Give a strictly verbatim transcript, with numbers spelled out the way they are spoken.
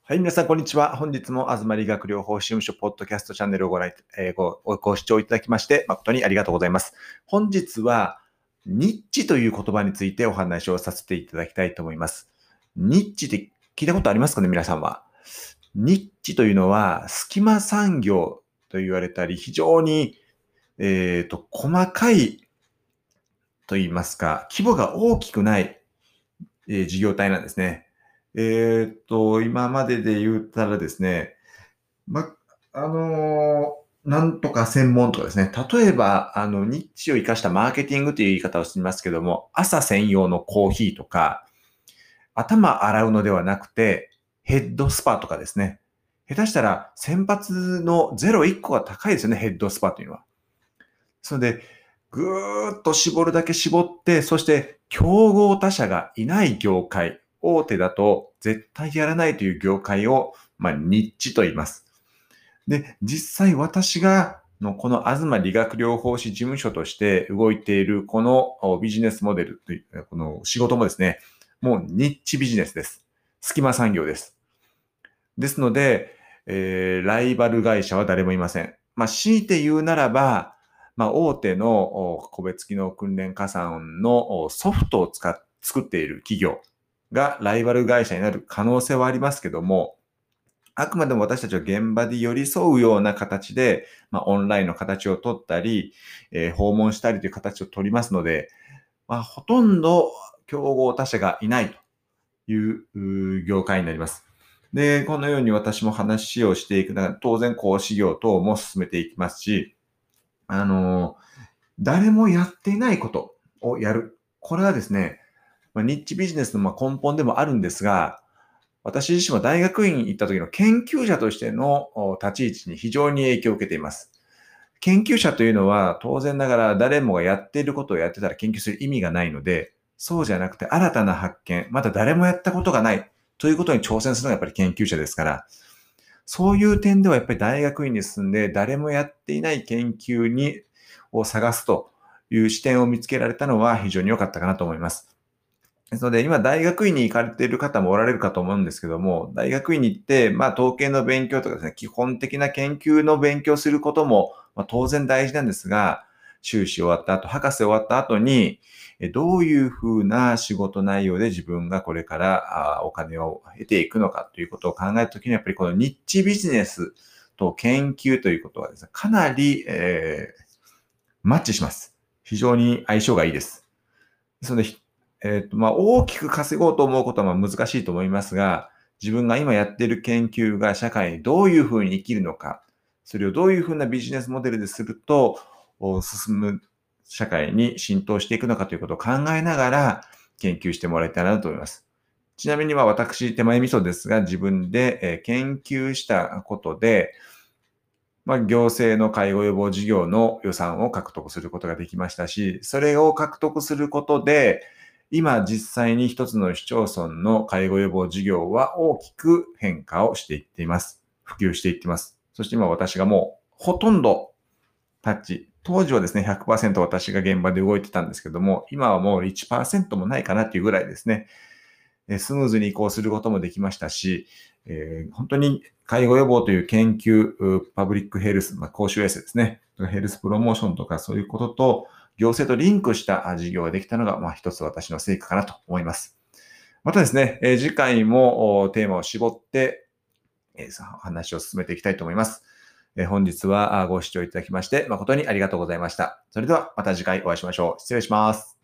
はい、皆さん、こんにちは。本日も、東理学療法士事務所ポッドキャストチャンネルをご覧、えーご、ご視聴いただきまして、誠にありがとうございます。本日は、ニッチという言葉についてお話をさせていただきたいと思います。ニッチって聞いたことありますかね、皆さんは。ニッチというのは、隙間産業と言われたり、非常に、えーと、細かいと言いますか、規模が大きくない、えー事業体なんですね。えーと、今までで言ったらですね、ま、あのーなんとか専門とかですね。例えば、あの、ニッチを生かしたマーケティングという言い方をしていますけども、朝専用のコーヒーとか、頭洗うのではなくて、ヘッドスパとかですね。下手したら、先発のゼロいっこが高いですよね、ヘッドスパというのは。それで、ぐーっと絞るだけ絞って、そして競合他社がいない業界、大手だと絶対やらないという業界を、まあ、ニッチと言います。で、実際私が、のこの東理学療法士事務所として動いているこのビジネスモデルという、この仕事もですね、もうニッチビジネスです。隙間産業です。ですので、えーライバル会社は誰もいません。まあ、強いて言うならば、まあ、大手のお個別機能訓練加算のおソフトを使っ作っている企業がライバル会社になる可能性はありますけども、あくまでも私たちは現場で寄り添うような形で、まあ、オンラインの形を取ったり、えー訪問したりという形を取りますので、まあ、ほとんど競合他社がいないといううー業界になります。で、このように私も話をしていく中で、当然講師業等も進めていきますし、あの、誰もやっていないことをやる。これはですね、まあ、ニッチビジネスのまあ根本でもあるんですが、私自身は大学院に行った時の研究者としてのお立ち位置に非常に影響を受けています。研究者というのは当然ながら誰もがやっていることをやってたら研究する意味がないので、そうじゃなくて新たな発見、まだ誰もやったことがないということに挑戦するのがやっぱり研究者ですから、そういう点ではやっぱり大学院に進んで誰もやっていない研究にを探すという視点を見つけられたのは非常に良かったかなと思います。ですので、今、大学院に行かれている方もおられるかと思うんですけども、大学院に行って、まあ、統計の勉強とかですね、基本的な研究の勉強することも、まあ、当然大事なんですが、修士終わった後、博士終わった後に、えどういうふうな仕事内容で自分がこれからあお金を得ていくのかということを考えたときに、やっぱりこのニッチビジネスと研究ということはですね、かなり、えーマッチします。非常に相性がいいです。ですので、えっと、まあ、大きく稼ごうと思うことはまあ難しいと思いますが、自分が今やっている研究が社会にどういうふうに生きるのか、それをどういうふうなビジネスモデルですると、お進む社会に浸透していくのかということを考えながら研究してもらいたいなと思います。ちなみには私、手前味噌ですが、自分でえー研究したことで、まあ、行政の介護予防事業の予算を獲得することができましたし、それを獲得することで、今実際に一つの市町村の介護予防事業は大きく変化をしていっています。普及していっています。そして今私がもうほとんどタッチ、当時はですね、ひゃくパーセント私が現場で動いてたんですけども、今はもういちパーセントもないかなっていうぐらいですね、スムーズに移行することもできましたし、えー本当に介護予防という研究、パブリックヘルス、まあ、公衆衛生ですね、ヘルスプロモーションとかそういうことと、行政とリンクした事業ができたのが、まあ、一つ私の成果かなと思います。またですね、えー次回もテーマを絞って、えー話を進めていきたいと思います。えー本日はご視聴いただきまして誠にありがとうございました。それではまた次回お会いしましょう。失礼します。